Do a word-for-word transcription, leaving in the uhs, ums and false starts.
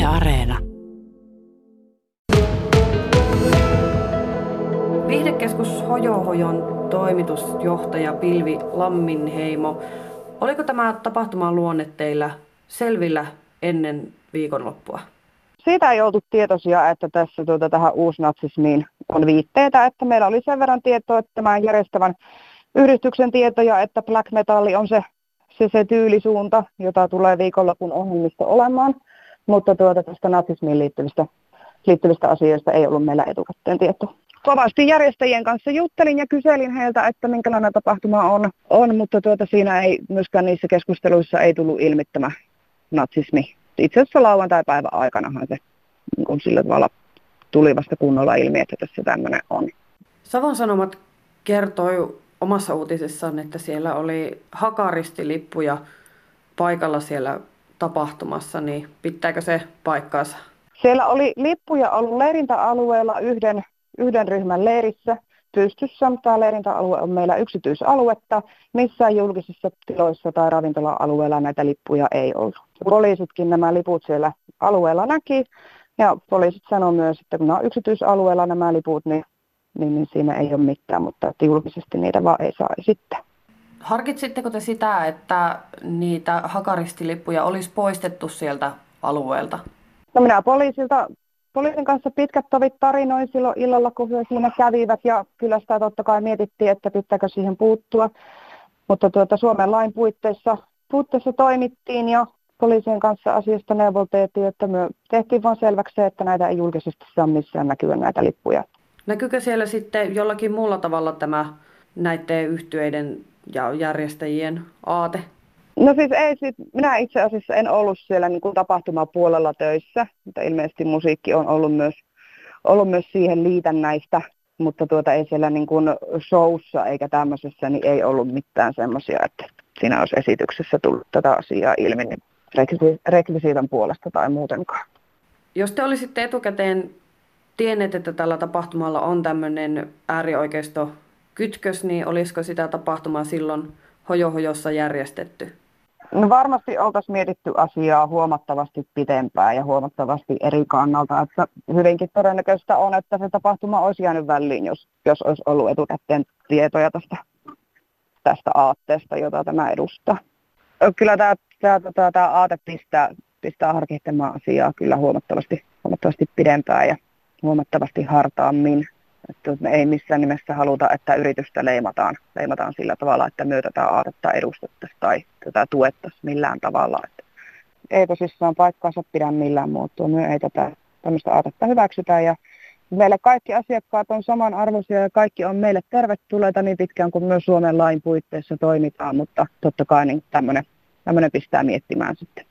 Areena. Viihdekeskus Hojohojon toimitusjohtaja Pilvi Lamminheimo. Oliko tämä tapahtuman luonne teillä selvillä ennen viikonloppua? Siitä ei oltu tietoisia, että tässä tuota, tähän uusnatsismiin on viitteitä, että meillä oli sen verran tietoa, että tämän järjestävän yhdistyksen tietoja, että black metalli on se, se, se tyylisuunta, jota tulee viikonlopun ohjelmista olemaan, mutta tuota, tästä natsismiin liittyvistä, liittyvistä asioista ei ollut meillä etukäteen tietoa. Kovasti järjestäjien kanssa juttelin ja kyselin heiltä, että minkälainen tapahtuma on, on mutta tuota, siinä ei myöskään niissä keskusteluissa ei tullut ilmi tämä natsismi. Itse asiassa lauantai-päivän aikanahan se niin sillä tavalla tuli vasta kunnolla ilmi, että tässä tämmöinen on. Savon Sanomat kertoi omassa uutisessaan, että siellä oli hakaristilippuja paikalla siellä tapahtumassa, niin pitääkö se paikkaansa? Siellä oli lippuja ollut leirintäalueella yhden, yhden ryhmän leirissä pystyssä. Tämä leirintäalue on meillä yksityisaluetta. Missään julkisissa tiloissa tai ravintola-alueella näitä lippuja ei ollut. Poliisitkin nämä liput siellä alueella näki. Ja poliisit sanoi myös, että kun nämä on yksityisalueella nämä liput, niin, niin, niin siinä ei ole mitään, mutta että julkisesti niitä vaan ei saa esittää. Harkitsitteko te sitä, että niitä hakaristilippuja olisi poistettu sieltä alueelta? No minä poliisilta, poliisin kanssa pitkät tovit tarinoin silloin illalla, kun he siinä kävivät, ja kyllä sitä totta kai mietittiin, että pitääkö siihen puuttua. Mutta tuota, Suomen lain puitteissa, puitteissa toimittiin ja poliisien kanssa asiasta neuvoteltiin, että me tehtiin vain selväksi se, että näitä ei julkisesti saa missään näkyä näitä lippuja. Näkyykö siellä sitten jollakin muulla tavalla tämä näiden yhtyeiden ja järjestäjien aate? No siis ei, siis minä itse asiassa en ollut siellä niin kuin tapahtumapuolella töissä, mutta ilmeisesti musiikki on ollut myös, ollut myös siihen liitännäistä, mutta tuota ei siellä niin kuin showssa eikä tämmöisessä niin ei ollut mitään semmoisia, että siinä olisi esityksessä tullut tätä asiaa ilmi niin rekvisiitan puolesta tai muutenkaan. Jos te olisitte etukäteen tienneet, että tällä tapahtumalla on tämmöinen äärioikeisto kytkös, niin olisiko sitä tapahtumaa silloin Hojohojossa järjestetty? No varmasti oltaisiin mietitty asiaa huomattavasti pitempään ja huomattavasti eri kannalta. Että hyvinkin todennäköistä on, että se tapahtuma olisi jäänyt väliin, jos, jos olisi ollut etukäteen tietoja tästä, tästä aatteesta, jota tämä edustaa. Kyllä tämä, tämä, tämä, tämä aate pistää, pistää harkitsemaan asiaa kyllä huomattavasti, huomattavasti pidempään ja huomattavasti hartaammin. Että me ei missään nimessä haluta, että yritystä leimataan, leimataan sillä tavalla, että me tätä aatetta edustettaisiin tai tätä tuettaisiin millään tavalla. Että ei tosissaan paikkaansa pidä millään muuttua. Me ei tätä tämmöistä aatetta hyväksytä ja meille kaikki asiakkaat on samanarvoisia ja kaikki on meille tervetulleita niin pitkään kuin myös Suomen lain puitteissa toimitaan, mutta totta kai niin tämmöinen, tämmöinen pistää miettimään sitten.